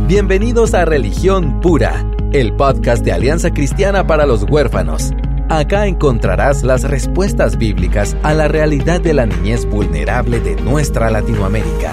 Bienvenidos a Religión Pura, el podcast de Alianza Cristiana para los Huérfanos. Acá encontrarás las respuestas bíblicas a la realidad de la niñez vulnerable de nuestra Latinoamérica.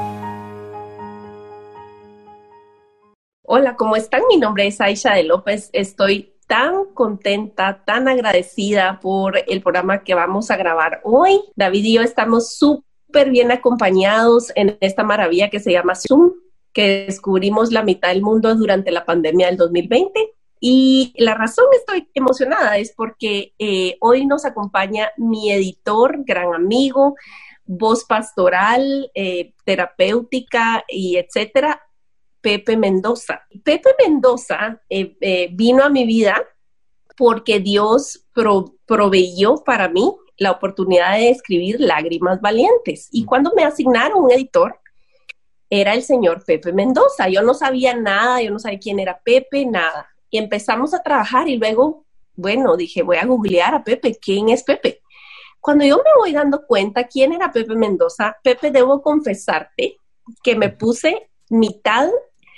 Hola, ¿cómo están? Mi nombre es Aisha de López. Estoy tan contenta, tan agradecida por el programa que vamos a grabar hoy. David y yo estamos súper bien acompañados en esta maravilla que se llama Zoom, que descubrimos la mitad del mundo durante la pandemia del 2020. Y la razón estoy emocionada es porque hoy nos acompaña mi editor, gran amigo, voz pastoral, terapéutica y etcétera, Pepe Mendoza. Pepe Mendoza vino a mi vida porque Dios proveyó para mí la oportunidad de escribir Lágrimas Valientes. Y cuando me asignaron un editor, era el señor Pepe Mendoza. Yo no sabía nada, yo no sabía quién era Pepe, nada. Y empezamos a trabajar y luego, bueno, dije, voy a googlear a Pepe. ¿Quién es Pepe? Cuando yo me voy dando cuenta quién era Pepe Mendoza, Pepe, debo confesarte que me puse mitad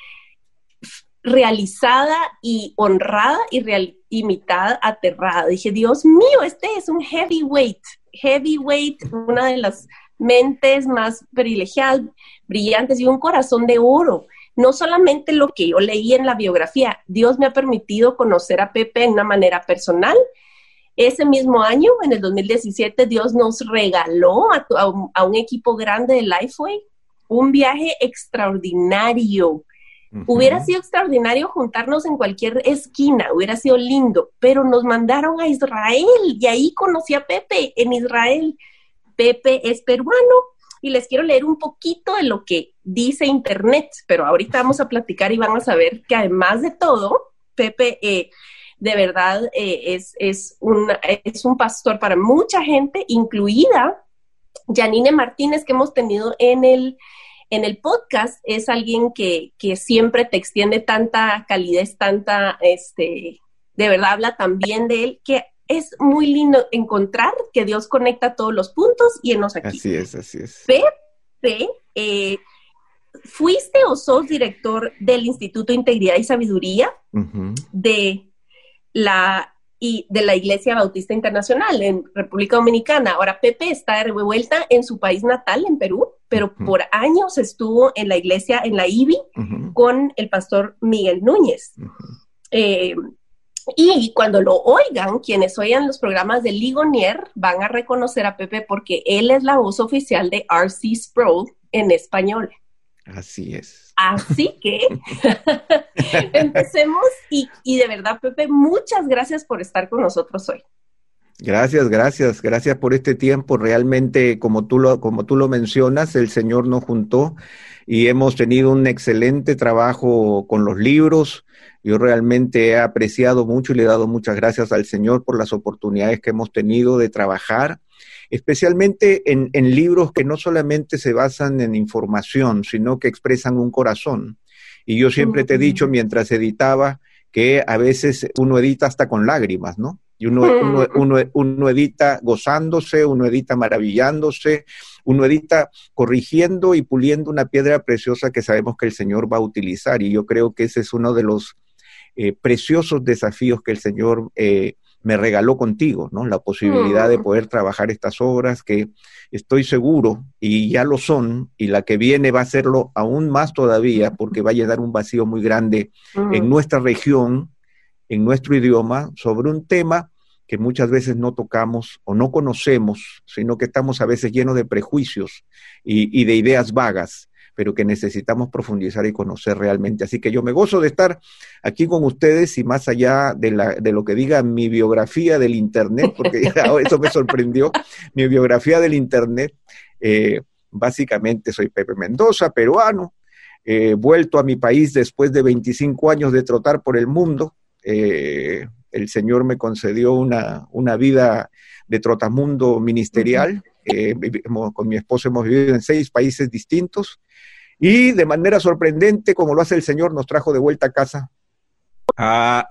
realizada y honrada y mitad aterrada. Dije, Dios mío, este es un heavyweight, una de las mentes más privilegiadas, brillantes y un corazón de oro. No solamente lo que yo leí en la biografía, Dios me ha permitido conocer a Pepe de una manera personal. Ese mismo año, en el 2017, Dios nos regaló a un equipo grande de Lifeway un viaje extraordinario. Hubiera sido extraordinario juntarnos en cualquier esquina, hubiera sido lindo, pero nos mandaron a Israel y ahí conocí a Pepe en Israel. Pepe es peruano y les quiero leer un poquito de lo que dice internet, pero ahorita vamos a platicar y van a saber que además de todo, Pepe de verdad es un pastor para mucha gente, incluida Janine Martínez, que hemos tenido en el podcast. Es alguien que siempre te extiende tanta calidez, de verdad habla tan bien de él, que es muy lindo encontrar que Dios conecta todos los puntos y enos aquí. Así es. Pepe, fuiste o sos director del Instituto de Integridad y Sabiduría de la Iglesia Bautista Internacional en República Dominicana. Ahora, Pepe está de vuelta en su país natal, en Perú, pero por años estuvo en la iglesia, en la IBI, con el pastor Miguel Núñez. Y cuando lo oigan, quienes oigan los programas de Ligonier, van a reconocer a Pepe porque él es la voz oficial de R.C. Sproul en español. Así es. Así que empecemos y de verdad, Pepe, muchas gracias por estar con nosotros hoy. Gracias por este tiempo. Realmente, como tú lo mencionas, el Señor nos juntó y hemos tenido un excelente trabajo con los libros. Yo realmente he apreciado mucho y le he dado muchas gracias al Señor por las oportunidades que hemos tenido de trabajar, especialmente en libros que no solamente se basan en información, sino que expresan un corazón. Y yo siempre te he dicho, mientras editaba, que a veces uno edita hasta con lágrimas, ¿no? Y uno edita gozándose, uno edita maravillándose, uno edita corrigiendo y puliendo una piedra preciosa que sabemos que el Señor va a utilizar. Y yo creo que ese es uno de los preciosos desafíos que el Señor me regaló contigo, ¿no? La posibilidad de poder trabajar estas obras que estoy seguro, y ya lo son, y la que viene va a serlo aún más todavía, porque va a llenar un vacío muy grande en nuestra región, en nuestro idioma, sobre un tema que muchas veces no tocamos o no conocemos, sino que estamos a veces llenos de prejuicios y de ideas vagas, pero que necesitamos profundizar y conocer realmente. Así que yo me gozo de estar aquí con ustedes, y más allá de lo que diga mi biografía del internet, porque ya eso me sorprendió, mi biografía del internet, básicamente soy Pepe Mendoza, peruano, vuelto a mi país después de 25 años de trotar por el mundo. El Señor me concedió una vida de trotamundo ministerial. Con mi esposo hemos vivido en 6 países distintos, y de manera sorprendente, como lo hace el Señor, nos trajo de vuelta a casa a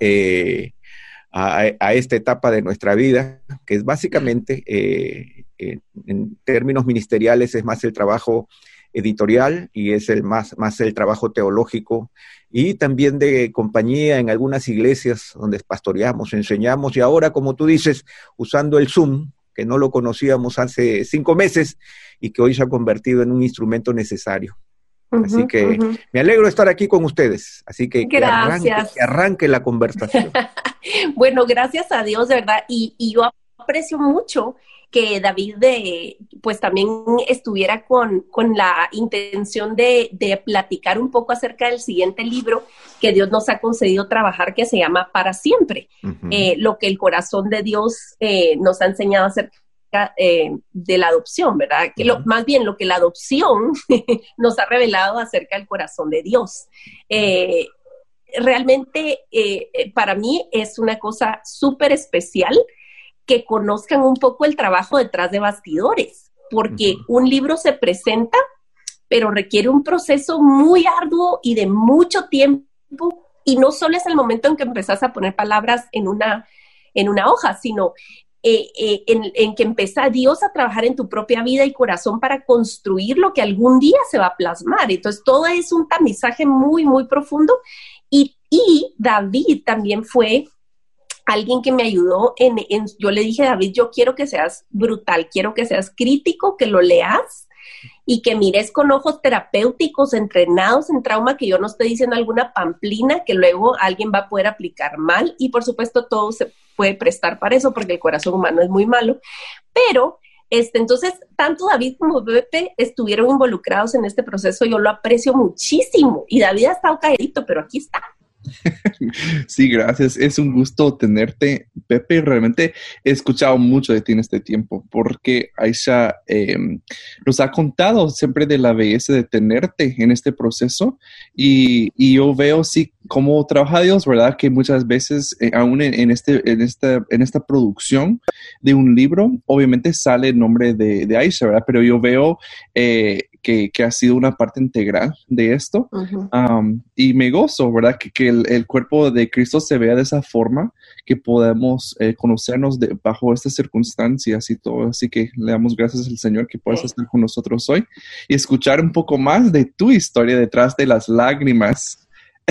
esta etapa de nuestra vida, que es básicamente, en términos ministeriales, es más el trabajo editorial y es más el trabajo teológico y también de compañía en algunas iglesias donde pastoreamos, enseñamos y ahora, como tú dices, usando el Zoom, que no lo conocíamos hace 5 meses y que hoy se ha convertido en un instrumento necesario. Así que me alegro de estar aquí con ustedes. Así que arranque la conversación. Bueno, gracias a Dios, de verdad. Y yo aprecio mucho que David pues también estuviera con la intención de platicar un poco acerca del siguiente libro que Dios nos ha concedido trabajar, que se llama Para Siempre. Lo que el corazón de Dios nos ha enseñado acerca de la adopción, ¿verdad? Que más bien lo que la adopción nos ha revelado acerca del corazón de Dios. Realmente para mí es una cosa súper especial que conozcan un poco el trabajo detrás de bastidores, porque un libro se presenta, pero requiere un proceso muy arduo y de mucho tiempo, y no solo es el momento en que empezás a poner palabras en una hoja, sino en que empieza Dios a trabajar en tu propia vida y corazón para construir lo que algún día se va a plasmar. Entonces todo es un tamizaje muy, muy profundo y David también fue alguien que me ayudó yo le dije, David, yo quiero que seas brutal, quiero que seas crítico, que lo leas y que mires con ojos terapéuticos, entrenados en trauma, que yo no estoy diciendo alguna pamplina que luego alguien va a poder aplicar mal, y por supuesto todo se puede prestar para eso porque el corazón humano es muy malo, pero entonces tanto David como Pepe estuvieron involucrados en este proceso. Yo lo aprecio muchísimo y David ha estado calladito, pero aquí está. Sí, gracias. Es un gusto tenerte, Pepe. Realmente he escuchado mucho de ti en este tiempo porque Aisha nos ha contado siempre de la belleza de tenerte en este proceso y yo veo sí cómo trabaja Dios, ¿verdad? Que muchas veces aún en esta producción de un libro, obviamente sale el nombre de Aisha, ¿verdad? Pero yo veo que ha sido una parte integral de esto. Y me gozo, ¿verdad? Que el cuerpo de Cristo se vea de esa forma, que podemos conocernos bajo estas circunstancias y todo. Así que le damos gracias al Señor que puedas estar con nosotros hoy y escuchar un poco más de tu historia detrás de las lágrimas.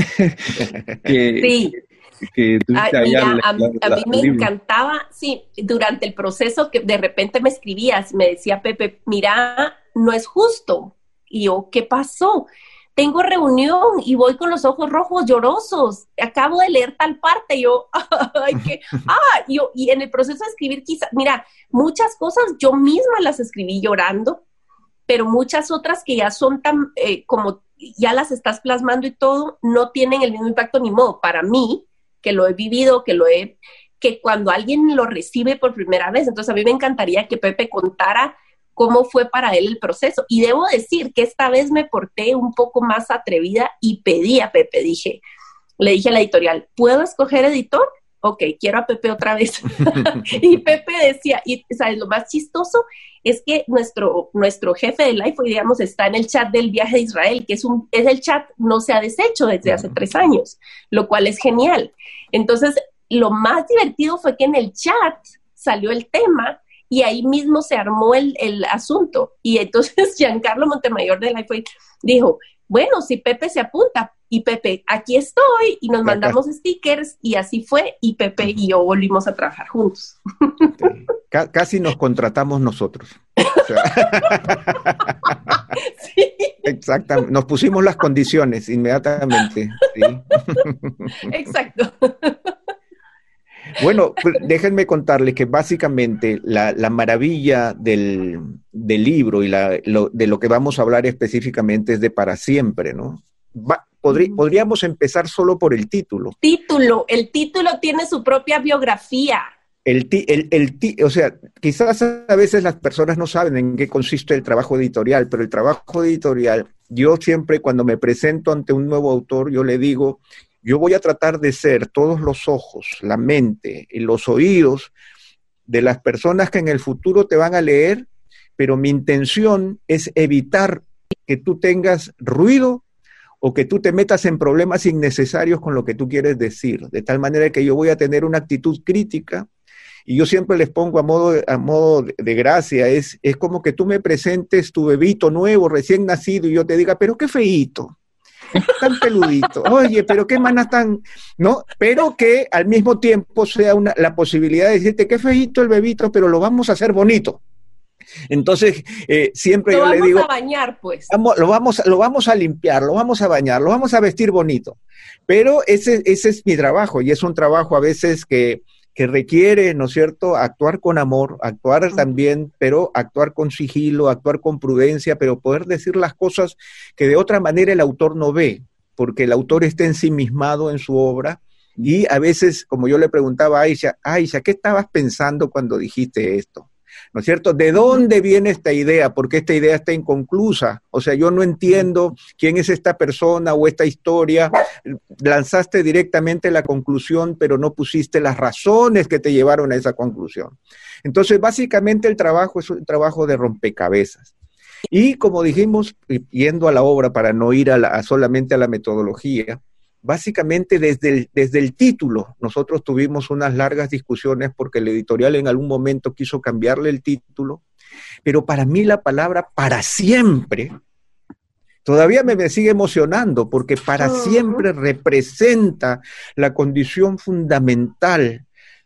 Sí. A mí me encantaba, sí, durante el proceso que de repente me escribías, me decía Pepe, mira, no es justo. Y yo, ¿qué pasó? Tengo reunión y voy con los ojos rojos llorosos. Acabo de leer tal parte. Y yo, y en el proceso de escribir, mira, muchas cosas yo misma las escribí llorando, pero muchas otras que ya son tan, como ya las estás plasmando y todo, no tienen el mismo impacto ni modo. Para mí, que lo he vivido, que cuando alguien lo recibe por primera vez, entonces a mí me encantaría que Pepe contara cómo fue para él el proceso. Y debo decir que esta vez me porté un poco más atrevida y pedí a Pepe, le dije a la editorial, ¿puedo escoger editor? Ok, quiero a Pepe otra vez. Y Pepe decía, y ¿sabes? Lo más chistoso es que nuestro jefe de Lifeway, digamos, está en el chat del viaje de Israel, que es el chat, no se ha deshecho desde hace 3 años, lo cual es genial. Entonces, lo más divertido fue que en el chat salió el tema y ahí mismo se armó el asunto. Y entonces Giancarlo Montemayor de Lifeway dijo, bueno, si Pepe se apunta, y Pepe, aquí estoy, y nos mandamos stickers, y así fue, y Pepe y yo volvimos a trabajar juntos. Sí. Casi nos contratamos nosotros. O sea, sí. Exactamente, nos pusimos las condiciones inmediatamente. Sí. Lo Bueno, pues déjenme contarles que básicamente la maravilla del libro y de lo que vamos a hablar específicamente es de Para Siempre, ¿no? Podríamos empezar solo por el título. El título tiene su propia biografía. O sea, quizás a veces las personas no saben en qué consiste el trabajo editorial, pero el trabajo editorial, yo siempre cuando me presento ante un nuevo autor, yo le digo, yo voy a tratar de ser todos los ojos, la mente y los oídos de las personas que en el futuro te van a leer, pero mi intención es evitar que tú tengas ruido o que tú te metas en problemas innecesarios con lo que tú quieres decir, de tal manera que yo voy a tener una actitud crítica y yo siempre les pongo a modo de gracia, es como que tú me presentes tu bebito nuevo, recién nacido, y yo te diga, pero qué feíto, tan peludito, oye, pero qué manas tan, ¿no? Pero que al mismo tiempo sea la posibilidad de decirte, qué feíto el bebito, pero lo vamos a hacer bonito. Entonces, siempre yo le digo... Lo vamos a bañar, pues. Lo vamos a limpiar, lo vamos a bañar, lo vamos a vestir bonito. Pero ese es mi trabajo, y es un trabajo a veces que requiere, ¿no es cierto?, actuar con amor, actuar también, pero actuar con sigilo, actuar con prudencia, pero poder decir las cosas que de otra manera el autor no ve, porque el autor está ensimismado en su obra, y a veces, como yo le preguntaba a Aisha, ¿qué estabas pensando cuando dijiste esto? ¿No es cierto? ¿De dónde viene esta idea? Porque esta idea está inconclusa. O sea, yo no entiendo quién es esta persona o esta historia. Lanzaste directamente la conclusión, pero no pusiste las razones que te llevaron a esa conclusión. Entonces, básicamente el trabajo es un trabajo de rompecabezas. Y como dijimos, yendo a la obra para no ir solamente a la metodología, básicamente desde el título nosotros tuvimos unas largas discusiones porque el editorial en algún momento quiso cambiarle el título, pero para mí la palabra para siempre todavía me sigue emocionando porque para siempre representa la condición fundamental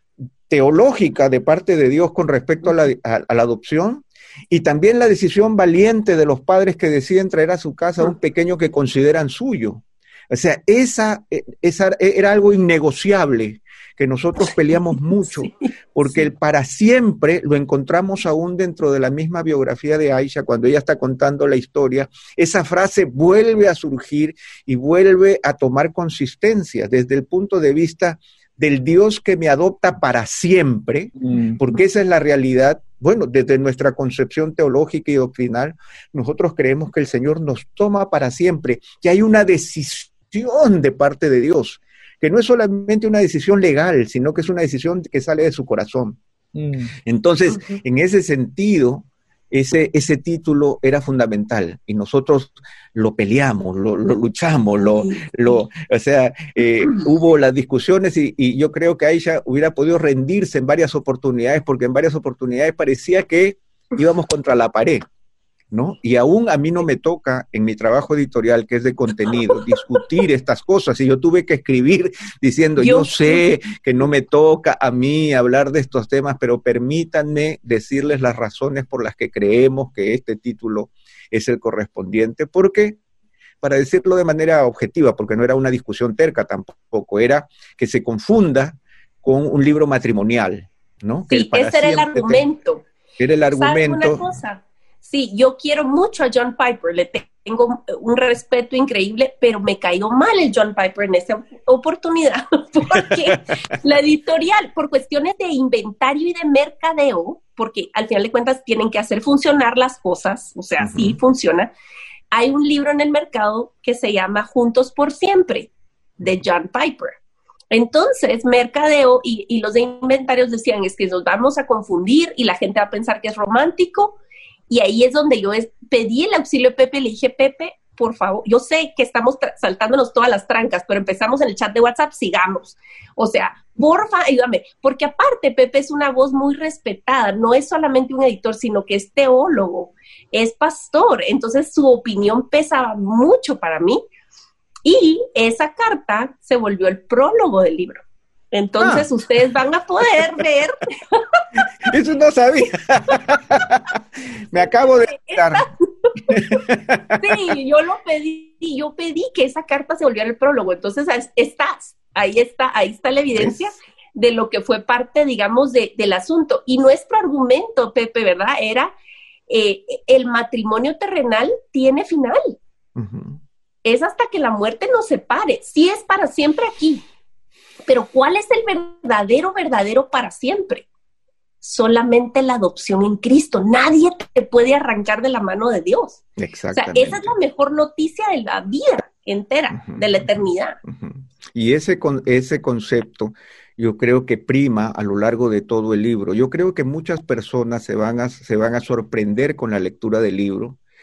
teológica de parte de Dios con respecto a la adopción, y también la decisión valiente de los padres que deciden traer a su casa a un pequeño que consideran suyo. O sea, esa era algo innegociable, que nosotros peleamos mucho, porque el para siempre lo encontramos aún dentro de la misma biografía de Aisha, cuando ella está contando la historia, esa frase vuelve a surgir y vuelve a tomar consistencia desde el punto de vista del Dios que me adopta para siempre, porque esa es la realidad. Bueno, desde nuestra concepción teológica y doctrinal, nosotros creemos que el Señor nos toma para siempre, que hay una decisión de parte de Dios, que no es solamente una decisión legal, sino que es una decisión que sale de su corazón. Entonces, en ese sentido, ese título era fundamental y nosotros lo peleamos, lo luchamos, o sea, hubo las discusiones y yo creo que Aisha hubiera podido rendirse en varias oportunidades, porque en varias oportunidades parecía que íbamos contra la pared, ¿no? Y aún a mí no me toca en mi trabajo editorial, que es de contenido, discutir estas cosas, y yo tuve que escribir diciendo, yo sé que no me toca a mí hablar de estos temas, pero permítanme decirles las razones por las que creemos que este título es el correspondiente, porque, para decirlo de manera objetiva, porque no era una discusión terca tampoco, era que se confunda con un libro matrimonial, ¿no? Sí, ese era el argumento. Era el argumento. ¿Sabes una cosa? Sí, yo quiero mucho a John Piper, le tengo un respeto increíble, pero me cayó mal el John Piper en esa oportunidad, porque la editorial, por cuestiones de inventario y de mercadeo, porque al final de cuentas tienen que hacer funcionar las cosas, o sea, sí funciona, hay un libro en el mercado que se llama Juntos por Siempre, de John Piper. Entonces, mercadeo y los de inventarios decían, es que nos vamos a confundir y la gente va a pensar que es romántico. Y ahí es donde yo pedí el auxilio de Pepe, le dije, Pepe, por favor, yo sé que estamos saltándonos todas las trancas, pero empezamos en el chat de WhatsApp, sigamos. O sea, porfa, ayúdame, porque aparte Pepe es una voz muy respetada, no es solamente un editor, sino que es teólogo, es pastor, entonces su opinión pesaba mucho para mí, y esa carta se volvió el prólogo del libro. Entonces ustedes van a poder ver. Eso no sabía. Me acabo de enterar. Sí, yo pedí que esa carta se volviera el prólogo. Entonces ahí está la evidencia de lo que fue parte, digamos, del asunto. Y nuestro argumento, Pepe, ¿verdad? Era el matrimonio terrenal tiene final. Es hasta que la muerte nos separe. Sí es para siempre aquí. Pero ¿cuál es el verdadero para siempre? Solamente la adopción en Cristo. Nadie te puede arrancar de la mano de Dios. Exactamente. O sea, esa es la mejor noticia de la vida entera, de la eternidad. Y ese concepto yo creo que prima a lo largo de todo el libro. Yo creo que muchas personas se van a sorprender con la lectura del libro,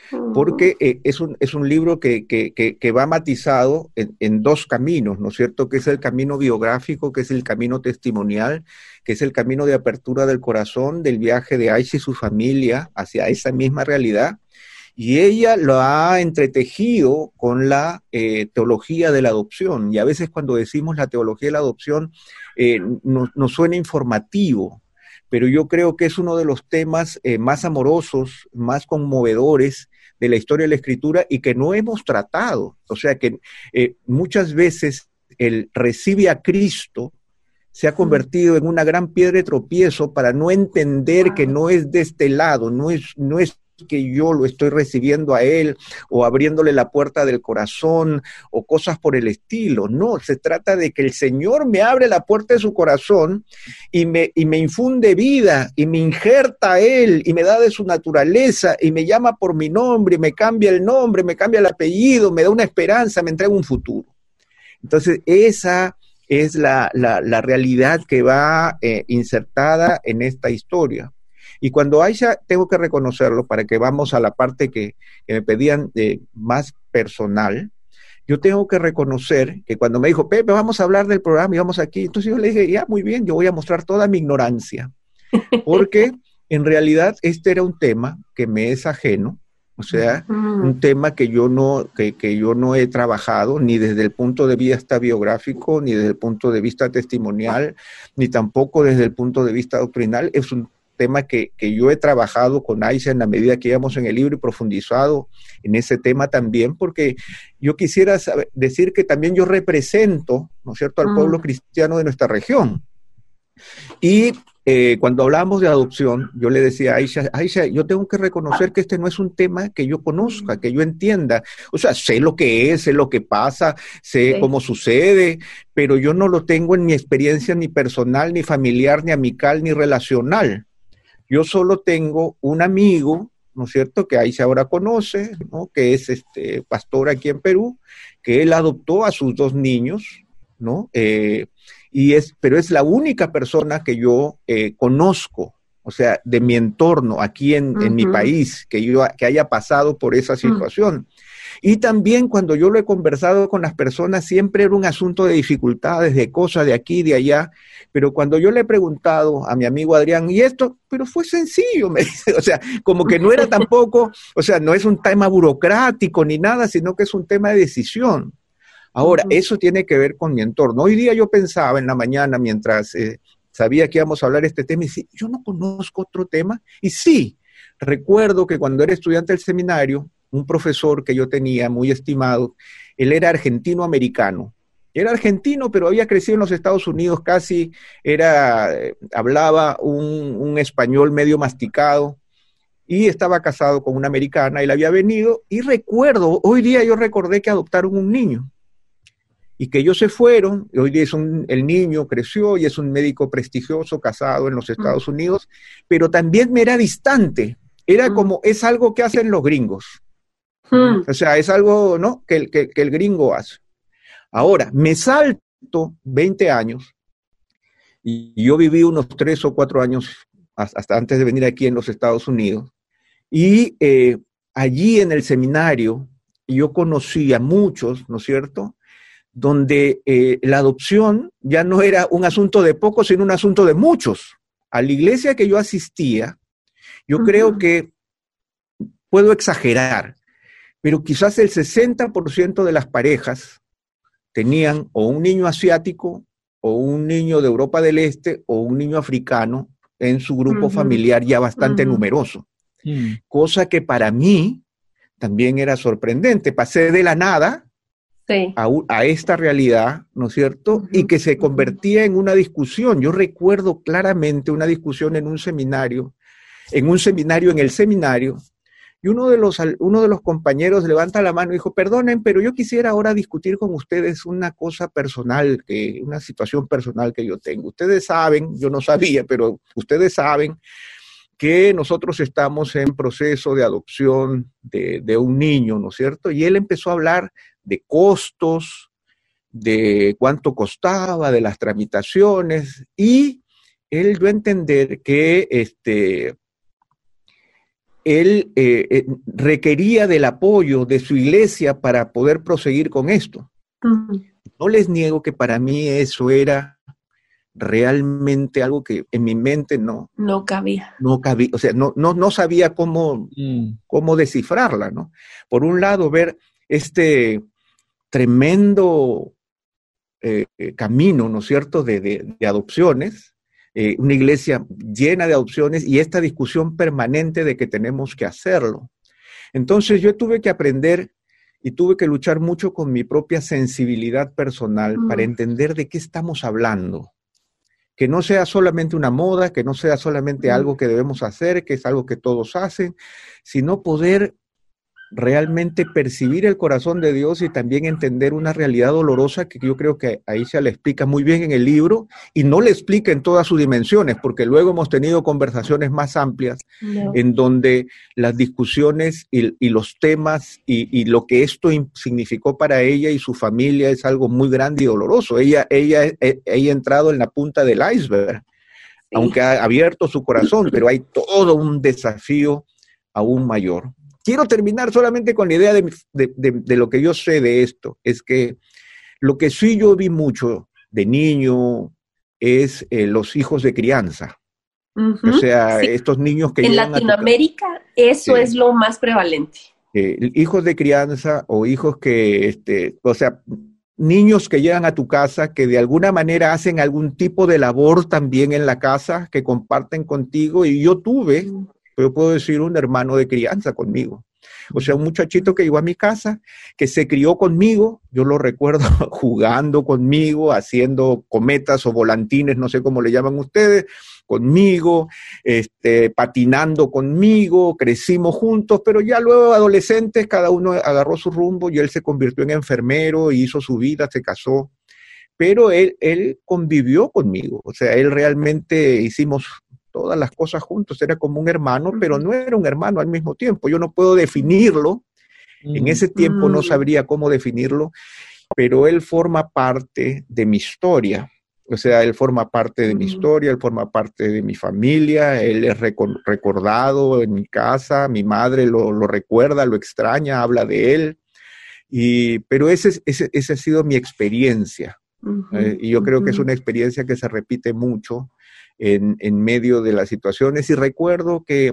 porque es un libro que va matizado en dos caminos, ¿no es cierto? Que es el camino biográfico, que es el camino testimonial, que es el camino de apertura del corazón, del viaje de Aisha y su familia hacia esa misma realidad. Y ella lo ha entretejido con la teología de la adopción. Y a veces cuando decimos la teología de la adopción nos suena informativo, pero yo creo que es uno de los temas más amorosos, más conmovedores de la historia de la Escritura y que no hemos tratado. O sea que muchas veces el recibe a Cristo se ha convertido en una gran piedra de tropiezo para no entender que no es de este lado, no es que yo lo estoy recibiendo a él o abriéndole la puerta del corazón o cosas por el estilo. No, se trata de que el Señor me abre la puerta de su corazón y me infunde vida y me injerta a él y me da de su naturaleza y me llama por mi nombre, me cambia el nombre, me cambia el apellido, me da una esperanza, me entrega un futuro. Entonces esa es la realidad que va insertada en esta historia. Y cuando Aisha, tengo que reconocerlo para que vamos a la parte que me pedían más personal, yo tengo que reconocer que cuando me dijo, Pepe, vamos a hablar del programa y vamos aquí, entonces yo le dije, ya, muy bien, yo voy a mostrar toda mi ignorancia, porque en realidad este era un tema que me es ajeno, o sea, un tema que yo no he trabajado ni desde el punto de vista biográfico, ni desde el punto de vista testimonial, ni tampoco desde el punto de vista doctrinal. Es un tema que yo he trabajado con Aisha en la medida que íbamos en el libro y profundizado en ese tema también, porque yo quisiera decir que también yo represento, ¿no es cierto?, al pueblo cristiano de nuestra región. Y cuando hablamos de adopción, yo le decía a Aisha, yo tengo que reconocer que este no es un tema que yo conozca, que yo entienda. O sea, sé lo que es, sé lo que pasa, sé cómo sucede, pero yo no lo tengo en mi experiencia ni personal, ni familiar, ni amical, ni relacional. Yo solo tengo un amigo, ¿no es cierto?, que Aisha ahora conoce, ¿no?, que es pastor aquí en Perú, que él adoptó a sus 2 niños, ¿no? Pero es la única persona que yo conozco, o sea, de mi entorno aquí en mi país, que haya pasado por esa situación. Y también cuando yo lo he conversado con las personas, siempre era un asunto de dificultades, de cosas de aquí, de allá, pero cuando yo le he preguntado a mi amigo Adrián, ¿y esto? Pero fue sencillo, me dice, o sea, como que no era tampoco, o sea, no es un tema burocrático ni nada, sino que es un tema de decisión. Ahora, eso tiene que ver con mi entorno. Hoy día yo pensaba en la mañana, mientras sabía que íbamos a hablar de este tema, y sí, yo no conozco otro tema. Y sí, recuerdo que cuando era estudiante del seminario, un profesor que yo tenía muy estimado, él era argentino-americano. Era argentino, pero había crecido en los Estados Unidos, casi hablaba un español medio masticado, y estaba casado con una americana, él había venido, y hoy día yo recordé que adoptaron un niño, y que ellos se fueron, y hoy día el niño creció y es un médico prestigioso, casado en los Estados Unidos, pero también me era distante, era como, es algo que hacen los gringos, o sea, es algo, ¿no?, que el gringo hace. Ahora, me salto 20 años, y yo viví unos 3 o 4 años, hasta antes de venir aquí en los Estados Unidos, y allí en el seminario yo conocí a muchos, ¿no es cierto?, donde la adopción ya no era un asunto de pocos, sino un asunto de muchos. A la iglesia que yo asistía, yo creo que, puedo exagerar, pero quizás el 60% de las parejas tenían o un niño asiático, o un niño de Europa del Este, o un niño africano en su grupo familiar ya bastante numeroso. Cosa que para mí también era sorprendente. Pasé de la nada a esta realidad, ¿no es cierto? Y que se convertía en una discusión. Yo recuerdo claramente una discusión en el seminario, y uno de los compañeros levanta la mano y dijo, perdonen, pero yo quisiera ahora discutir con ustedes una cosa personal, una situación personal que yo tengo. Ustedes saben, yo no sabía, pero ustedes saben que nosotros estamos en proceso de adopción de un niño, ¿no es cierto? Y él empezó a hablar de costos, de cuánto costaba, de las tramitaciones, y él dio a entender que él requería del apoyo de su iglesia para poder proseguir con esto. No les niego que para mí eso era realmente algo que en mi mente no cabía. O sea, no sabía cómo descifrarla, ¿no? Por un lado, ver este tremendo camino, ¿no es cierto?, de adopciones, una iglesia llena de adopciones y esta discusión permanente de que tenemos que hacerlo. Entonces yo tuve que aprender y tuve que luchar mucho con mi propia sensibilidad personal para entender de qué estamos hablando. Que no sea solamente una moda, que no sea solamente algo que debemos hacer, que es algo que todos hacen, sino poder realmente percibir el corazón de Dios y también entender una realidad dolorosa que yo creo que ahí se le explica muy bien en el libro y no le explica en todas sus dimensiones, porque luego hemos tenido conversaciones más amplias en donde las discusiones y los temas y lo que esto significó para ella y su familia es algo muy grande y doloroso. Ella ha entrado en la punta del iceberg, aunque ha abierto su corazón, pero hay todo un desafío aún mayor. Quiero terminar solamente con la idea de lo que yo sé de esto. Es que lo que sí yo vi mucho de niño es los hijos de crianza. O sea, estos niños que en Latinoamérica eso es lo más prevalente. Hijos de crianza o hijos que, o sea, niños que llegan a tu casa, que de alguna manera hacen algún tipo de labor también en la casa, que comparten contigo. Y yo tuve... Yo puedo decir un hermano de crianza conmigo. O sea, un muchachito que llegó a mi casa, que se crió conmigo, yo lo recuerdo jugando conmigo, haciendo cometas o volantines, no sé cómo le llaman ustedes, conmigo, patinando conmigo, crecimos juntos, pero ya luego adolescentes, cada uno agarró su rumbo y él se convirtió en enfermero, hizo su vida, se casó. Pero él convivió conmigo, o sea, él realmente hicimos todas las cosas juntos, era como un hermano, pero no era un hermano al mismo tiempo. Yo no puedo definirlo, en ese tiempo no sabría cómo definirlo, pero él forma parte de mi historia. O sea, él forma parte de mi historia, él forma parte de mi familia, él es recordado en mi casa, mi madre lo recuerda, lo extraña, habla de él, pero esa ha sido mi experiencia. Y yo creo que es una experiencia que se repite mucho en medio de las situaciones, y recuerdo que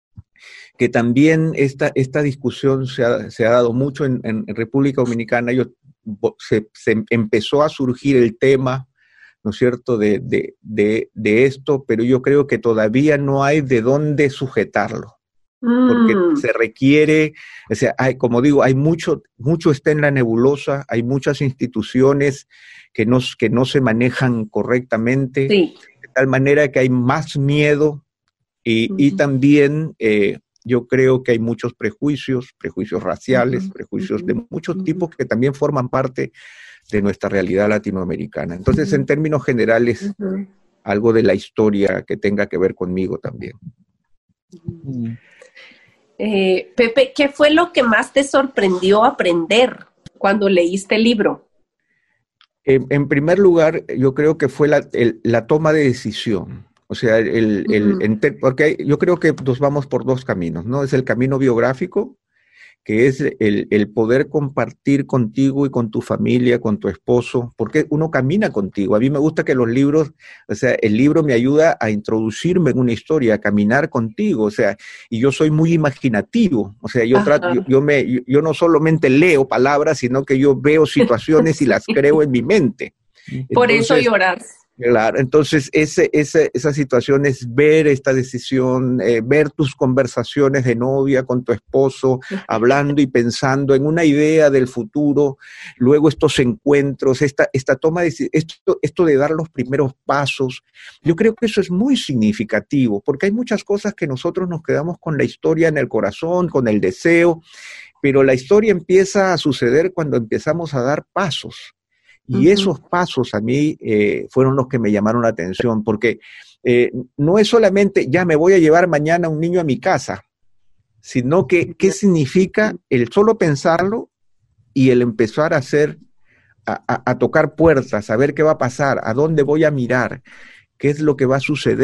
también esta discusión se ha dado mucho en República Dominicana. Se empezó a surgir el tema, ¿no es cierto?, de esto, pero yo creo que todavía no hay de dónde sujetarlo, porque se requiere, o sea, como digo, hay mucho está en la nebulosa, hay muchas instituciones que no se manejan correctamente, de tal manera que hay más miedo y también yo creo que hay muchos prejuicios raciales, prejuicios de muchos tipos que también forman parte de nuestra realidad latinoamericana. Entonces, en términos generales, algo de la historia que tenga que ver conmigo también. Pepe, ¿qué fue lo que más te sorprendió aprender cuando leíste el libro? En primer lugar, yo creo que fue la toma de decisión. O sea, porque yo creo que nos vamos por dos caminos, ¿no? Es el camino biográfico, que es el poder compartir contigo y con tu familia, con tu esposo, porque uno camina contigo. A mí me gusta que los libros, o sea, el libro me ayuda a introducirme en una historia, a caminar contigo, o sea, y yo soy muy imaginativo, o sea, yo no solamente leo palabras, sino que yo veo situaciones y las creo en mi mente. Por eso lloras. Claro, entonces esa situación es ver esta decisión, ver tus conversaciones de novia con tu esposo, hablando y pensando en una idea del futuro, luego estos encuentros, esta toma de esto de dar los primeros pasos. Yo creo que eso es muy significativo, porque hay muchas cosas que nosotros nos quedamos con la historia en el corazón, con el deseo, pero la historia empieza a suceder cuando empezamos a dar pasos. Y esos pasos a mí fueron los que me llamaron la atención, porque no es solamente, ya me voy a llevar mañana un niño a mi casa, sino que qué significa el solo pensarlo y el empezar a hacer, a tocar puertas, a ver qué va a pasar, a dónde voy a mirar, qué es lo que va a suceder.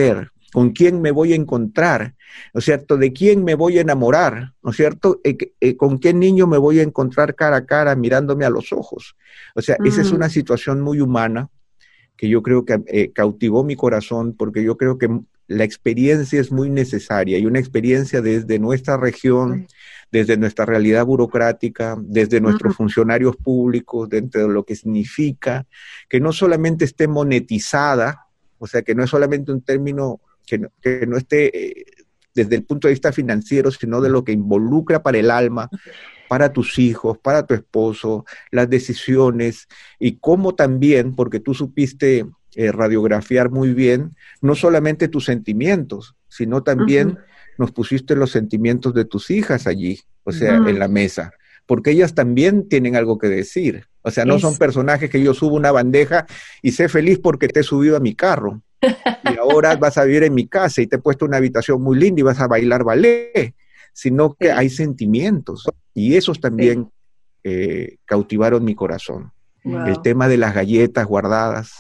¿Con quién me voy a encontrar? ¿No es cierto? ¿De quién me voy a enamorar? ¿No es cierto? ¿Con qué niño me voy a encontrar cara a cara mirándome a los ojos? O sea, esa es una situación muy humana que yo creo que cautivó mi corazón, porque yo creo que la experiencia es muy necesaria, y una experiencia desde nuestra región, desde nuestra realidad burocrática, desde nuestros funcionarios públicos, dentro de lo que significa, que no solamente esté monetizada, o sea, que no es solamente un término que no esté desde el punto de vista financiero, sino de lo que involucra para el alma, para tus hijos, para tu esposo, las decisiones, y cómo también, porque tú supiste radiografiar muy bien, no solamente tus sentimientos, sino también nos pusiste los sentimientos de tus hijas allí, o sea, en la mesa, porque ellas también tienen algo que decir. O sea, no son personajes que yo subo una bandeja y sé feliz porque te he subido a mi carro. Y ahora vas a vivir en mi casa y te he puesto una habitación muy linda y vas a bailar ballet, sino que hay sentimientos, y esos también cautivaron mi corazón. Wow. El tema de las galletas guardadas,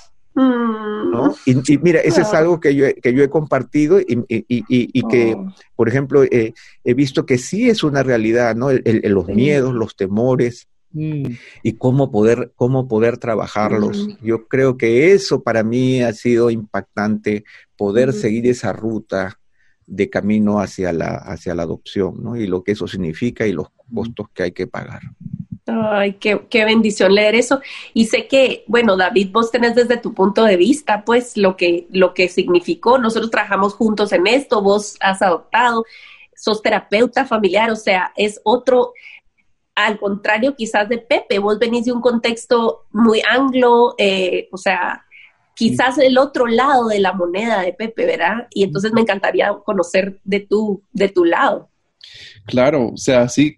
¿no? Y mira, ese es algo que yo he compartido y que, por ejemplo, he visto que sí es una realidad, ¿no? Los miedos, los temores, y cómo poder trabajarlos. Yo creo que eso para mí ha sido impactante, poder seguir esa ruta de camino hacia la adopción, ¿no? Y lo que eso significa y los costos que hay que pagar. Ay, qué bendición leer eso. Y sé que, bueno, David, vos tenés desde tu punto de vista, pues, lo que significó. Nosotros trabajamos juntos en esto, vos has adoptado, sos terapeuta familiar, o sea, es otro, al contrario quizás de Pepe, vos venís de un contexto muy anglo, o sea, quizás el otro lado de la moneda de Pepe, ¿verdad? Y entonces me encantaría conocer de tu lado. Claro, o sea, sí,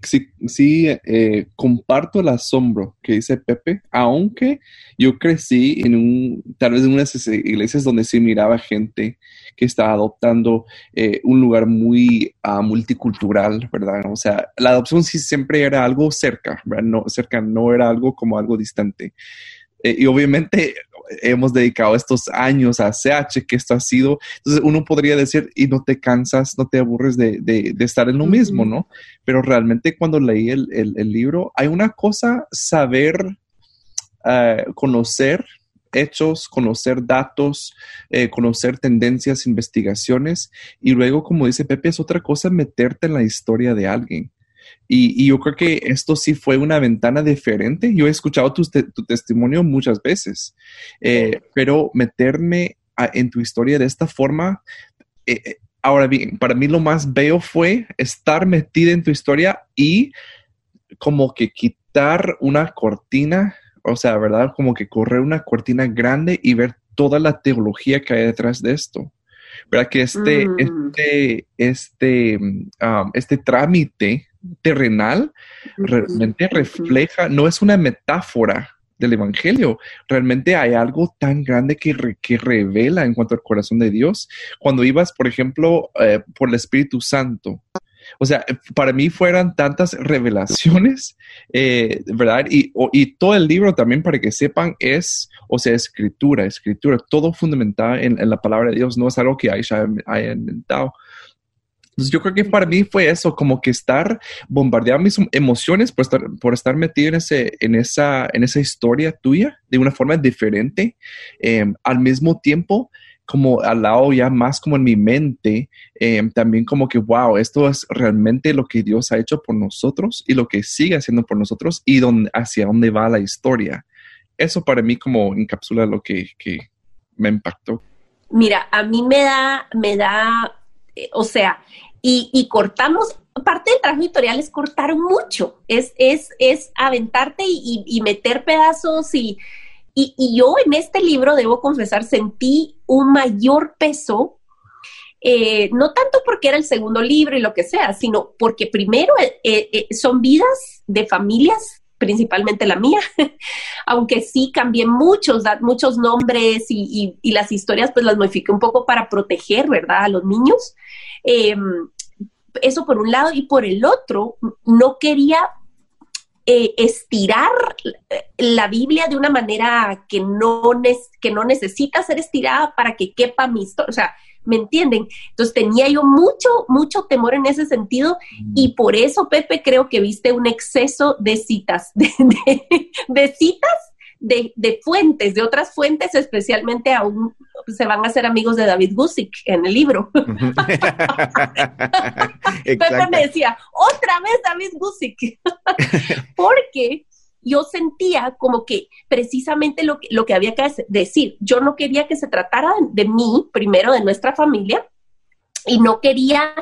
comparto el asombro que dice Pepe, aunque yo crecí tal vez en unas iglesias donde sí miraba gente que estaba adoptando un lugar muy multicultural, ¿verdad? O sea, la adopción sí siempre era algo cerca, ¿verdad? No era algo como algo distante. Y obviamente hemos dedicado estos años a CH, que esto ha sido, entonces uno podría decir, y no te cansas, no te aburres de estar en lo mismo, ¿no? Pero realmente cuando leí el libro, hay una cosa, saber conocer hechos, conocer datos, conocer tendencias, investigaciones, y luego, como dice Pepe, es otra cosa meterte en la historia de alguien. Y yo creo que esto sí fue una ventana diferente. Yo he escuchado tu testimonio muchas veces, pero meterme en tu historia de esta forma, ahora bien, para mí lo más bello fue estar metida en tu historia y como que quitar una cortina, o sea, ¿verdad? Como que correr una cortina grande y ver toda la teología que hay detrás de esto. ¿Verdad? Que este trámite terrenal realmente refleja, no es una metáfora del evangelio, realmente hay algo tan grande que revela en cuanto al corazón de Dios. Cuando ibas, por ejemplo, por el Espíritu Santo, o sea, para mí fueran tantas revelaciones, ¿verdad? Y todo el libro también, para que sepan, es escritura, todo fundamentado en la palabra de Dios, no es algo que Aisha haya inventado. Entonces yo creo que para mí fue eso, como que estar bombardeando mis emociones por estar metido en esa historia tuya de una forma diferente, al mismo tiempo como al lado ya más como en mi mente, también como que wow, esto es realmente lo que Dios ha hecho por nosotros y lo que sigue haciendo por nosotros y hacia dónde va la historia. Eso para mí como encapsula lo que me impactó. Mira, a mí me da, o sea, y cortamos, parte del trabajo editorial es cortar mucho, es aventarte y meter pedazos y yo en este libro, debo confesar, sentí un mayor peso, no tanto porque era el segundo libro y lo que sea, sino porque primero son vidas de familias, principalmente la mía, aunque sí cambié muchos nombres y las historias pues las modifiqué un poco para proteger, ¿verdad?, a los niños. Eso por un lado, y por el otro, no quería estirar la Biblia de una manera que no necesita ser estirada para que quepa mi historia. O sea, ¿me entienden? Entonces tenía yo mucho temor en ese sentido y por eso, Pepe, creo que viste un exceso de citas, de citas de fuentes, de otras fuentes, especialmente aún se van a hacer amigos de David Guzik en el libro. Pepe me decía, otra vez David Guzik, porque yo sentía como que precisamente lo que había que decir, yo no quería que se tratara de mí, primero de nuestra familia, y no quería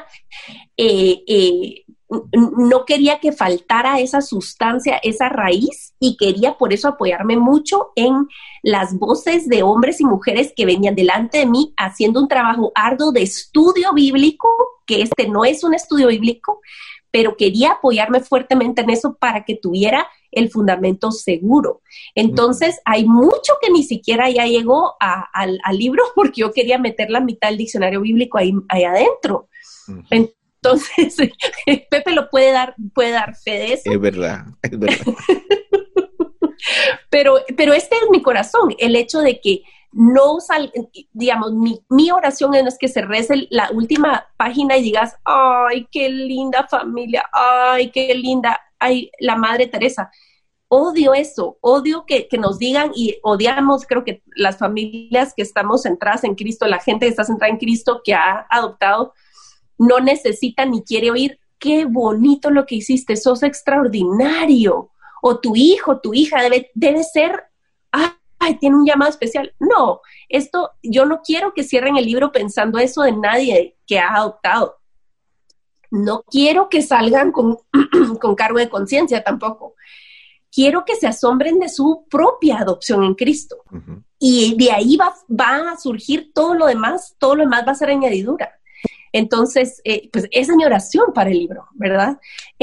que faltara esa sustancia, esa raíz, y quería por eso apoyarme mucho en las voces de hombres y mujeres que venían delante de mí haciendo un trabajo arduo de estudio bíblico, que no es un estudio bíblico, pero quería apoyarme fuertemente en eso para que tuviera el fundamento seguro. Entonces, hay mucho que ni siquiera ya llegó al libro, porque yo quería meter la mitad del diccionario bíblico ahí adentro. Entonces, Pepe lo puede dar fe de eso. Es verdad. Pero este es mi corazón, el hecho de que no digamos, mi oración no es que se rece la última página y digas, ay, qué linda familia, ay, qué linda, ay, la Madre Teresa. Odio eso, odio que nos digan, y odiamos, creo que las familias que estamos centradas en Cristo, la gente que está centrada en Cristo, que ha adoptado, no necesita ni quiere oír, qué bonito lo que hiciste, sos extraordinario, o tu hijo, tu hija debe ser, ay, tiene un llamado especial. No, yo no quiero que cierren el libro pensando eso de nadie que ha adoptado. No quiero que salgan con cargo de conciencia tampoco. Quiero que se asombren de su propia adopción en Cristo. Uh-huh. Y de ahí va a surgir todo lo demás va a ser añadidura. Entonces, pues esa es mi oración para el libro, ¿verdad?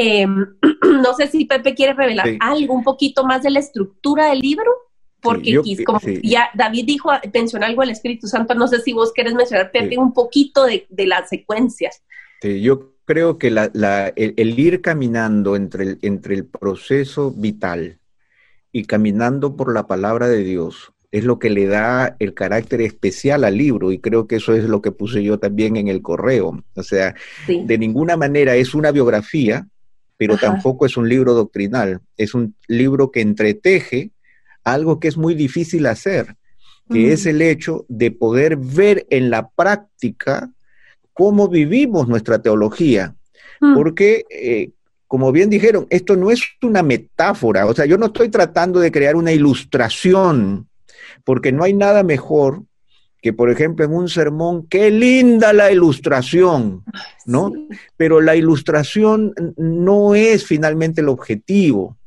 No sé si Pepe quiere revelar algo un poquito más de la estructura del libro, porque ya David mencionó algo del Espíritu Santo, no sé si vos querés mencionar, Pepe, un poquito de las secuencias. Sí, yo creo que el ir caminando entre el proceso vital y caminando por la palabra de Dios es lo que le da el carácter especial al libro, y creo que eso es lo que puse yo también en el correo. O sea, de ninguna manera es una biografía, pero tampoco es un libro doctrinal. Es un libro que entreteje algo que es muy difícil hacer, que es el hecho de poder ver en la práctica cómo vivimos nuestra teología. Porque, como bien dijeron, esto no es una metáfora. O sea, yo no estoy tratando de crear una ilustración, porque no hay nada mejor que, por ejemplo, en un sermón, qué linda la ilustración, ¿no? Sí. Pero la ilustración no es finalmente el objetivo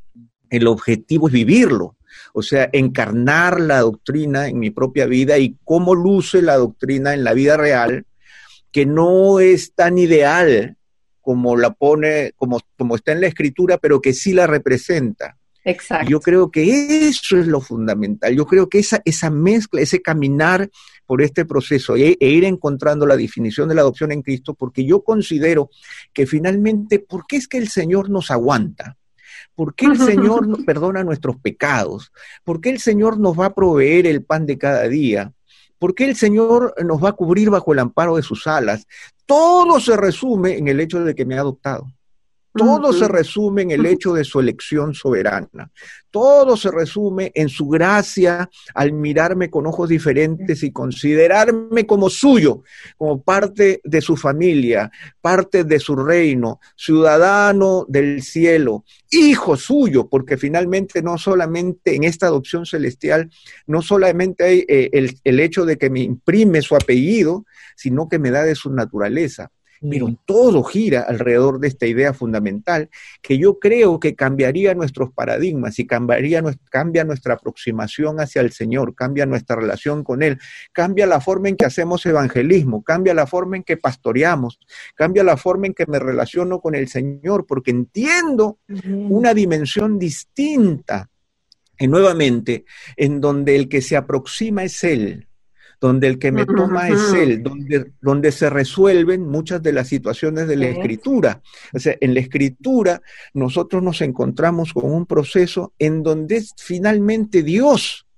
es vivirlo, o sea, encarnar la doctrina en mi propia vida y cómo luce la doctrina en la vida real, que no es tan ideal como la pone, como está en la Escritura, pero que sí la representa. Exacto. Yo creo que eso es lo fundamental. Yo creo que esa mezcla, ese caminar por este proceso e ir encontrando la definición de la adopción en Cristo, porque yo considero que finalmente, ¿por qué es que el Señor nos aguanta? ¿Por qué el Señor nos perdona nuestros pecados? ¿Por qué el Señor nos va a proveer el pan de cada día? ¿Por qué el Señor nos va a cubrir bajo el amparo de sus alas? Todo se resume en el hecho de que me ha adoptado. Todo se resume en el hecho de su elección soberana. Todo se resume en su gracia al mirarme con ojos diferentes y considerarme como suyo, como parte de su familia, parte de su reino, ciudadano del cielo, hijo suyo, porque finalmente no solamente en esta adopción celestial, no solamente hay el hecho de que me imprime su apellido, sino que me da de su naturaleza. Pero todo gira alrededor de esta idea fundamental que yo creo que cambiaría nuestros paradigmas y cambia nuestra aproximación hacia el Señor, cambia nuestra relación con Él, cambia la forma en que hacemos evangelismo, cambia la forma en que pastoreamos, cambia la forma en que me relaciono con el Señor, porque entiendo una dimensión distinta, y nuevamente, en donde el que se aproxima es Él, donde el que me toma es Él, donde se resuelven muchas de las situaciones de la Escritura. O sea, en la Escritura nosotros nos encontramos con un proceso en donde es finalmente Dios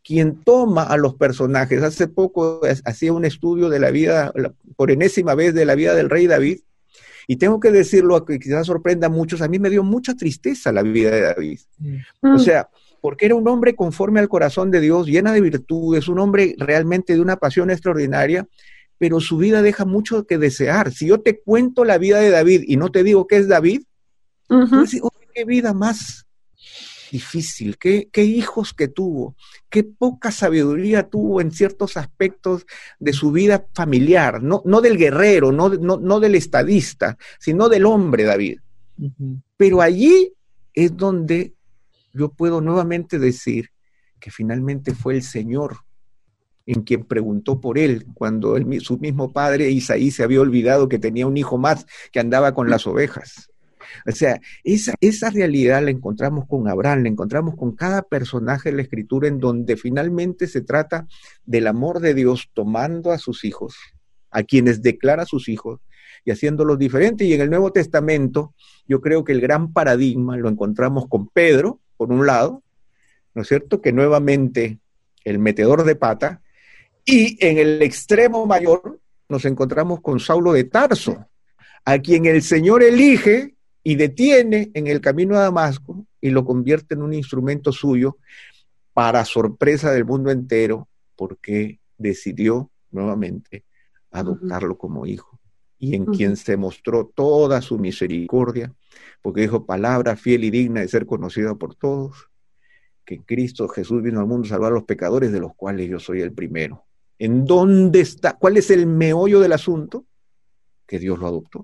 quien toma a los personajes. Hace poco hacía un estudio de la vida, por enésima vez, de la vida del rey David, y tengo que decirlo, que quizás sorprenda a muchos, a mí me dio mucha tristeza la vida de David. O sea, porque era un hombre conforme al corazón de Dios, llena de virtudes, un hombre realmente de una pasión extraordinaria, pero su vida deja mucho que desear. Si yo te cuento la vida de David y no te digo qué es David, tú dices, qué vida más difícil, qué hijos que tuvo, qué poca sabiduría tuvo en ciertos aspectos de su vida familiar, no del guerrero, no del estadista, sino del hombre David. Pero allí es donde yo puedo nuevamente decir que finalmente fue el Señor en quien preguntó por él, cuando su mismo padre Isaí se había olvidado que tenía un hijo más que andaba con las ovejas. O sea, esa realidad la encontramos con Abraham, la encontramos con cada personaje de la Escritura, en donde finalmente se trata del amor de Dios tomando a sus hijos, a quienes declara sus hijos, y haciéndolos diferentes. Y en el Nuevo Testamento, yo creo que el gran paradigma lo encontramos con Pedro, por un lado, ¿no es cierto?, que nuevamente el metedor de pata, y en el extremo mayor nos encontramos con Saulo de Tarso, a quien el Señor elige y detiene en el camino a Damasco y lo convierte en un instrumento suyo para sorpresa del mundo entero, porque decidió nuevamente adoptarlo como hijo, y en quien se mostró toda su misericordia, porque dijo: palabra fiel y digna de ser conocida por todos, que Cristo Jesús vino al mundo a salvar a los pecadores, de los cuales yo soy el primero. ¿En dónde está? ¿Cuál es el meollo del asunto? Que Dios lo adoptó.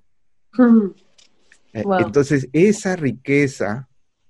Wow. Entonces, esa riqueza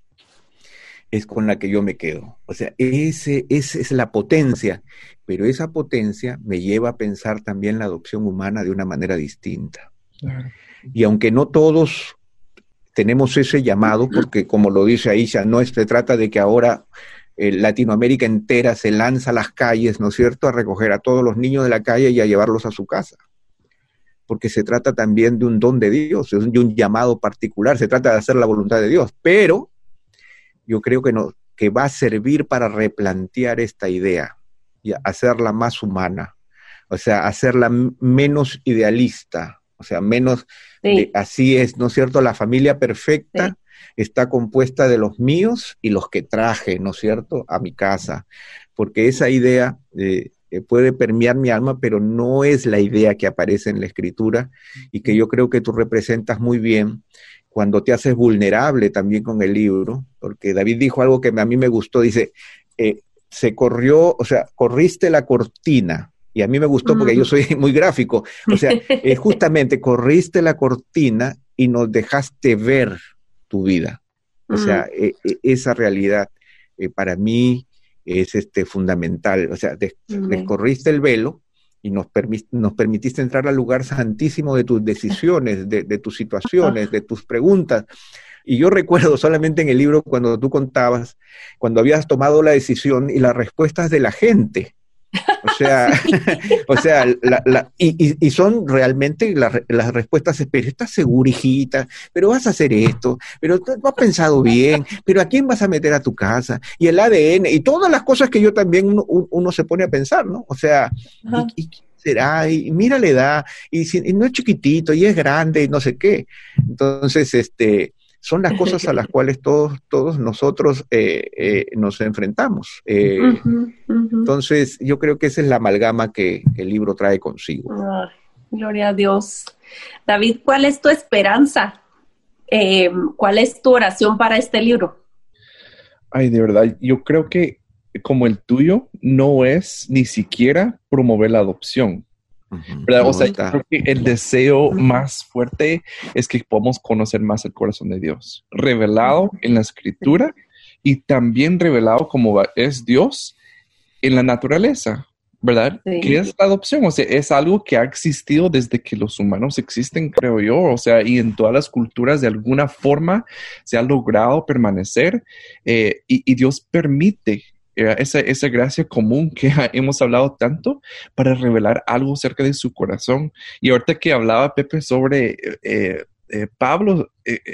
es con la que yo me quedo. O sea, esa es la potencia, pero esa potencia me lleva a pensar también la adopción humana de una manera distinta. Claro. Y aunque no todos tenemos ese llamado, porque como lo dice Aisha, no se trata de que ahora Latinoamérica entera se lanza a las calles, ¿no es cierto?, a recoger a todos los niños de la calle y a llevarlos a su casa. Porque se trata también de un don de Dios, de un llamado particular, se trata de hacer la voluntad de Dios, pero yo creo que va a servir para replantear esta idea y hacerla más humana, o sea, hacerla menos idealista, o sea, menos, así es, ¿no es cierto? La familia perfecta está compuesta de los míos y los que traje, ¿no es cierto?, a mi casa, porque esa idea puede permear mi alma, pero no es la idea que aparece en la Escritura, y que yo creo que tú representas muy bien cuando te haces vulnerable también con el libro, porque David dijo algo que a mí me gustó, dice, corriste la cortina, y a mí me gustó porque yo soy muy gráfico, o sea, justamente corriste la cortina y nos dejaste ver tu vida, o sea, esa realidad para mí es fundamental, o sea, descorriste el velo y nos permitiste entrar al lugar santísimo de tus decisiones, de tus situaciones, de tus preguntas. Y yo recuerdo solamente en el libro cuando tú contabas, cuando habías tomado la decisión y las respuestas de la gente. O sea, y son realmente las respuestas, pero estás segura, hijita, pero vas a hacer esto, pero tú has pensado bien, pero ¿a quién vas a meter a tu casa? Y el ADN, y todas las cosas que yo también uno se pone a pensar, ¿no? O sea, ¿y quién será? Y mira la edad, y no es chiquitito, y es grande, y no sé qué. Entonces, son las cosas a las cuales todos nosotros nos enfrentamos. Entonces, yo creo que esa es la amalgama que el libro trae consigo. Ay, gloria a Dios. David, ¿cuál es tu esperanza? ¿Cuál es tu oración para este libro? Ay, de verdad, yo creo que como el tuyo, no es ni siquiera promover la adopción. ¿Verdad? O sea, yo creo que el deseo más fuerte es que podamos conocer más el corazón de Dios, revelado en la Escritura y también revelado como es Dios en la naturaleza, ¿verdad? Sí. ¿Qué es la adopción? O sea, es algo que ha existido desde que los humanos existen, creo yo, o sea, y en todas las culturas de alguna forma se ha logrado permanecer y Dios permite esa gracia común que hemos hablado tanto para revelar algo cerca de su corazón. Y ahorita que hablaba Pepe sobre Pablo,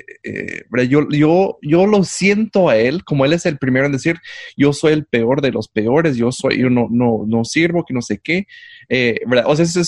yo lo siento a él, como él es el primero en decir, yo soy el peor de los peores, yo no sirvo, que no sé qué, ¿verdad? O sea, esa es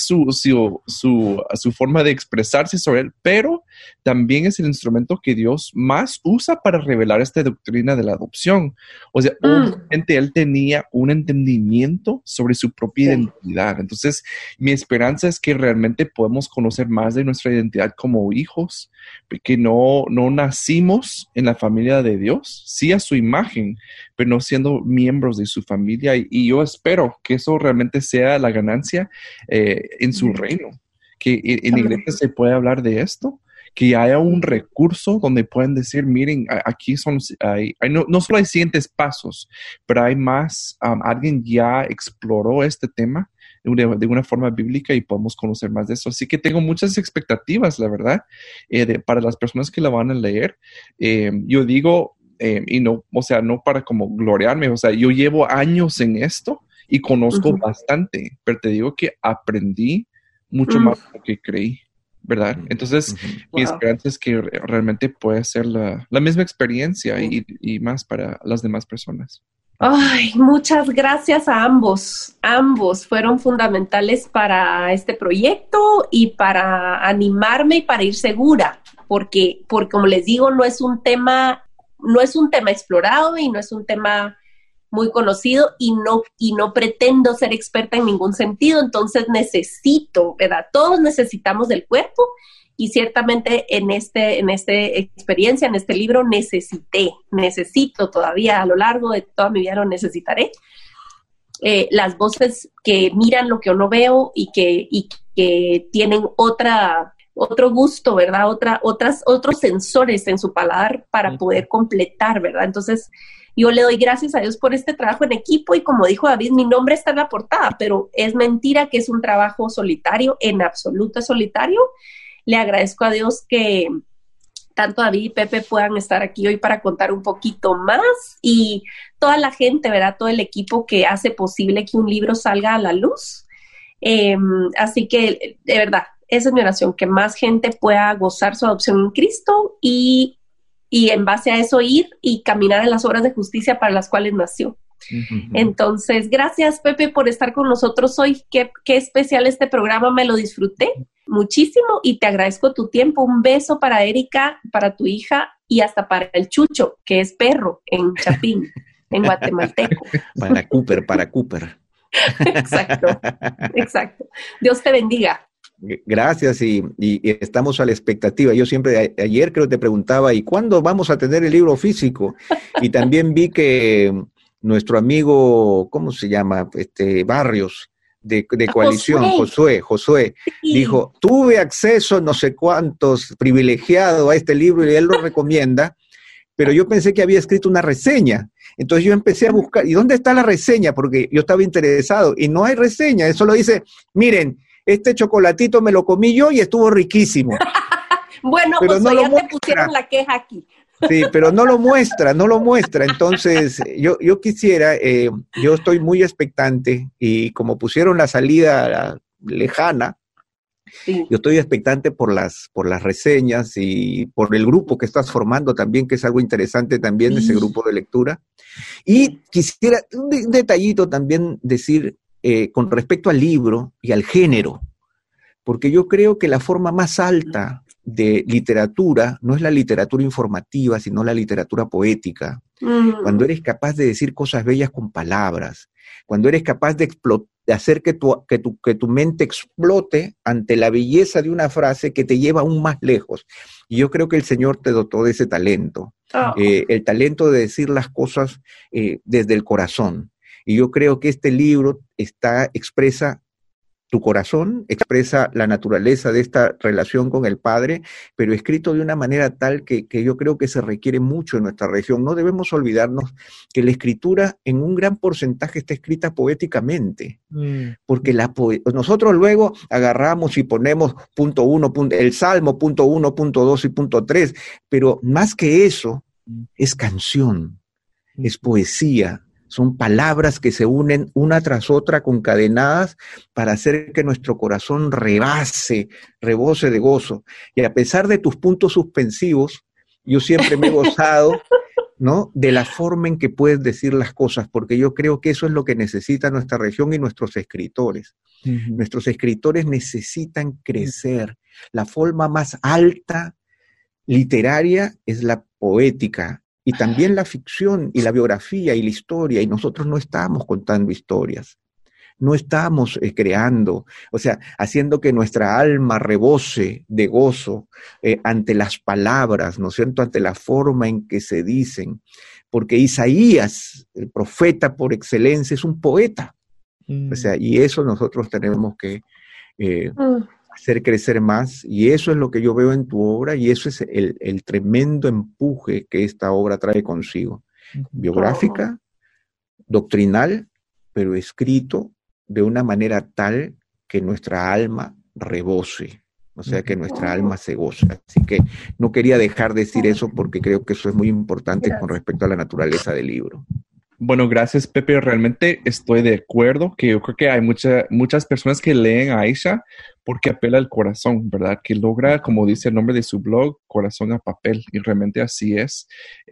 su forma de expresarse sobre él, pero también es el instrumento que Dios más usa para revelar esta doctrina de la adopción. O sea, obviamente él tenía un entendimiento sobre su propia identidad. Entonces, mi esperanza es que realmente podemos conocer más de nuestra identidad como hijos, que no nacimos en la familia de Dios, sí a su imagen, pero no siendo miembros de su familia. Y yo espero que eso realmente sea la ganancia en su reino, que en la iglesia se pueda hablar de esto, que haya un recurso donde puedan decir, miren, aquí no solo hay siguientes pasos, pero hay más, alguien ya exploró este tema de una forma bíblica y podemos conocer más de eso. Así que tengo muchas expectativas, la verdad, para las personas que la van a leer. Yo digo, y no, o sea, no para como gloriarme, o sea, yo llevo años en esto y conozco bastante, pero te digo que aprendí mucho más de lo que creí, ¿verdad? Entonces, mi esperanza es que realmente puede ser la misma experiencia y más para las demás personas. Ay, muchas gracias a ambos. Ambos fueron fundamentales para este proyecto y para animarme y para ir segura, porque como les digo, no es un tema explorado y no es un tema muy conocido y no pretendo ser experta en ningún sentido, entonces necesito, ¿verdad? Todos necesitamos del cuerpo. Y ciertamente en esta experiencia, en este libro, necesito todavía a lo largo de toda mi vida lo necesitaré. Las voces que miran lo que yo no veo y que tienen otro gusto, ¿verdad? Otros sensores en su paladar para poder completar, ¿verdad? Entonces, yo le doy gracias a Dios por este trabajo en equipo y como dijo David, mi nombre está en la portada, pero es mentira que es un trabajo solitario, en absoluto es solitario. Le agradezco a Dios que tanto David y Pepe puedan estar aquí hoy para contar un poquito más y toda la gente, ¿verdad? Todo el equipo que hace posible que un libro salga a la luz. Así que, de verdad, esa es mi oración, que más gente pueda gozar su adopción en Cristo y en base a eso ir y caminar en las obras de justicia para las cuales nació. Entonces, gracias Pepe por estar con nosotros hoy. Qué especial este programa, me lo disfruté muchísimo y te agradezco tu tiempo. Un beso para Erika, para tu hija y hasta para el Chucho, que es perro en Chapín, en guatemalteco. Para Cooper. Exacto. Dios te bendiga. Gracias y estamos a la expectativa. Yo siempre, ayer creo te preguntaba, ¿y cuándo vamos a tener el libro físico? Y también vi que nuestro amigo, ¿cómo se llama? Barrios, de Coalición, Josué, sí. Dijo, tuve acceso no sé cuántos privilegiado a este libro y él lo recomienda, pero yo pensé que había escrito una reseña. Entonces yo empecé a buscar, ¿y dónde está la reseña? Porque yo estaba interesado y no hay reseña, eso lo dice, miren, este chocolatito me lo comí yo y estuvo riquísimo. Bueno, pero pues no ya te pusieron la queja aquí. Sí, pero no lo muestra. Entonces, yo quisiera, yo estoy muy expectante y como pusieron la salida lejana, sí. Yo estoy expectante por las reseñas y por el grupo que estás formando también, que es algo interesante también, sí. Ese grupo de lectura. Y quisiera un detallito también decir con respecto al libro y al género, porque yo creo que la forma más alta de literatura no es la literatura informativa, sino la literatura poética. Cuando eres capaz de decir cosas bellas con palabras, cuando eres capaz de hacer que tu mente explote ante la belleza de una frase que te lleva aún más lejos. Y yo creo que el Señor te dotó de ese talento, el talento de decir las cosas desde el corazón. Y yo creo que este libro expresa tu corazón, expresa la naturaleza de esta relación con el Padre, pero escrito de una manera tal que yo creo que se requiere mucho en nuestra región. No debemos olvidarnos que la escritura en un gran porcentaje está escrita poéticamente, porque nosotros luego agarramos y ponemos punto 1, el Salmo, punto 1, punto 2 y punto 3, pero más que eso, es canción, es poesía. Son palabras que se unen una tras otra, concadenadas, para hacer que nuestro corazón rebose de gozo. Y a pesar de tus puntos suspensivos, yo siempre me he gozado, ¿no?, de la forma en que puedes decir las cosas, porque yo creo que eso es lo que necesita nuestra región y nuestros escritores. Uh-huh. Nuestros escritores necesitan crecer. La forma más alta literaria es la poética, y también la ficción y la biografía y la historia, y nosotros no estamos contando historias. No estamos creando, o sea, haciendo que nuestra alma rebose de gozo ante las palabras, ¿no es cierto?, ante la forma en que se dicen, porque Isaías, el profeta por excelencia, es un poeta, o sea, y eso nosotros tenemos que hacer crecer más, y eso es lo que yo veo en tu obra, y eso es el tremendo empuje que esta obra trae consigo, biográfica, doctrinal, pero escrito de una manera tal que nuestra alma rebose, o sea, que nuestra alma se goza. Así que no quería dejar de decir eso porque creo que eso es muy importante con respecto a la naturaleza del libro. Bueno, gracias, Pepe. Realmente estoy de acuerdo que yo creo que hay muchas personas que leen a Aisha porque apela al corazón, ¿verdad? Que logra, como dice el nombre de su blog, corazón a papel, y realmente así es.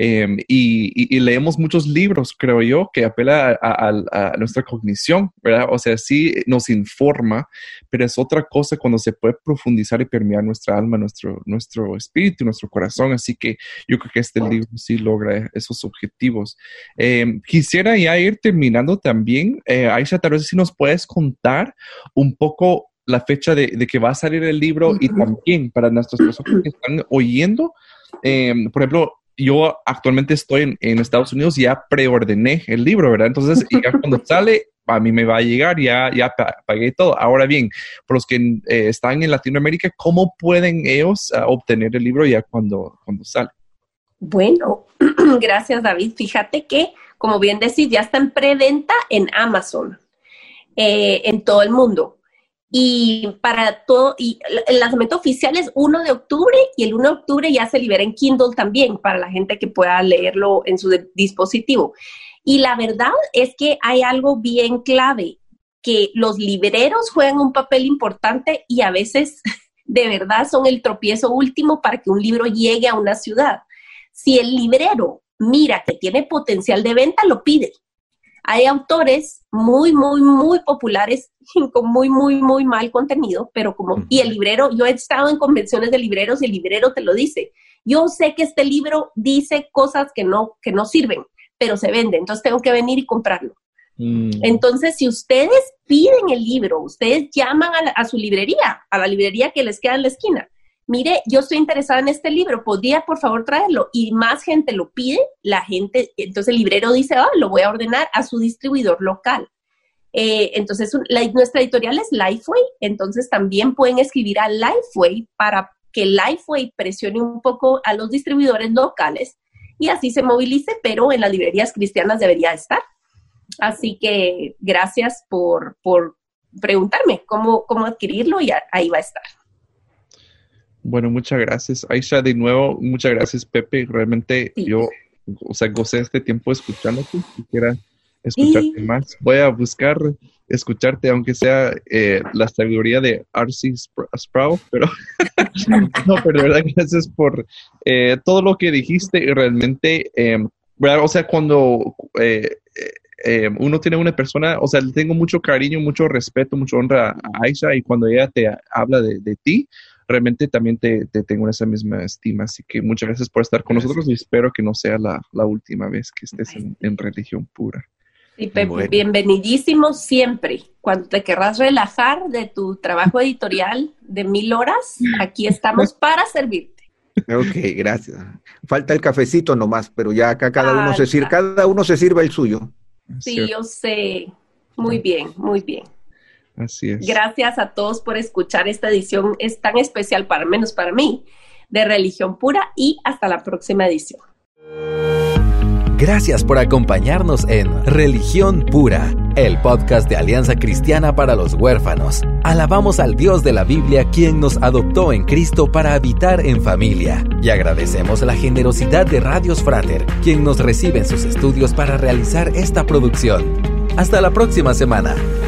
Y leemos muchos libros, creo yo, que apela a nuestra cognición, ¿verdad? O sea, sí nos informa, pero es otra cosa cuando se puede profundizar y permear nuestra alma, nuestro espíritu, nuestro corazón. Así que yo creo que este libro sí logra esos objetivos. Quisiera ya ir terminando también. Aisha, tal vez si nos puedes contar un poco la fecha de que va a salir el libro, y también para nuestras personas que están oyendo, por ejemplo, yo actualmente estoy en Estados Unidos y ya preordené el libro, ¿verdad? Entonces, ya cuando sale, a mí me va a llegar, ya pagué todo. Ahora bien, por los que están en Latinoamérica, ¿cómo pueden ellos obtener el libro ya cuando sale? Bueno, gracias, David. Fíjate que, como bien decís, ya está en preventa en Amazon, en todo el mundo. Y para todo, y el lanzamiento oficial es 1 de octubre, y el 1 de octubre ya se libera en Kindle también, para la gente que pueda leerlo en su dispositivo. Y la verdad es que hay algo bien clave, que los libreros juegan un papel importante, y a veces de verdad son el tropiezo último para que un libro llegue a una ciudad. Si el librero mira que tiene potencial de venta, lo pide. Hay autores muy, muy, muy populares con muy, muy, muy mal contenido, pero y el librero, yo he estado en convenciones de libreros y el librero te lo dice. Yo sé que este libro dice cosas que no sirven, pero se vende, entonces tengo que venir y comprarlo. Entonces, si ustedes piden el libro, ustedes llaman a su librería, a la librería que les queda en la esquina. Mire, yo estoy interesada en este libro, ¿podría por favor traerlo? Y más gente lo pide, entonces el librero dice, lo voy a ordenar a su distribuidor local. Entonces, nuestra editorial es Lifeway, entonces también pueden escribir a Lifeway para que Lifeway presione un poco a los distribuidores locales y así se movilice, pero en las librerías cristianas debería estar. Así que gracias por preguntarme cómo adquirirlo, y ahí va a estar. Bueno, muchas gracias, Aisha. De nuevo, muchas gracias, Pepe. Realmente sí. Yo, gocé este tiempo escuchándote. Quisiera escucharte más. Voy a buscar escucharte, aunque sea la sabiduría de R.C. Sproul, pero no, pero de verdad, gracias por todo lo que dijiste. Y realmente, ¿verdad? O sea, cuando uno tiene una persona, o sea, le tengo mucho cariño, mucho respeto, mucha honra a Aisha, y cuando ella te habla de ti, realmente también te tengo esa misma estima. Así que muchas gracias por estar con nosotros, y espero que no sea la última vez que estés en Religión Pura. Sí, Pepe, bueno. Bienvenidísimo siempre. Cuando te querrás relajar de tu trabajo editorial de 1000 horas, aquí estamos para servirte. Ok, gracias. Falta el cafecito nomás, pero ya acá cada uno se sirve el suyo. Sí, ¿cierto? Yo sé. Muy bien, muy bien. Así es. Gracias a todos por escuchar esta edición. Es tan especial, al menos para mí, de Religión Pura, y hasta la próxima edición. Gracias por acompañarnos en Religión Pura, el podcast de Alianza Cristiana para los Huérfanos. Alabamos al Dios de la Biblia, quien nos adoptó en Cristo para habitar en familia. Y agradecemos la generosidad de Radios Frater, quien nos recibe en sus estudios para realizar esta producción. Hasta la próxima semana.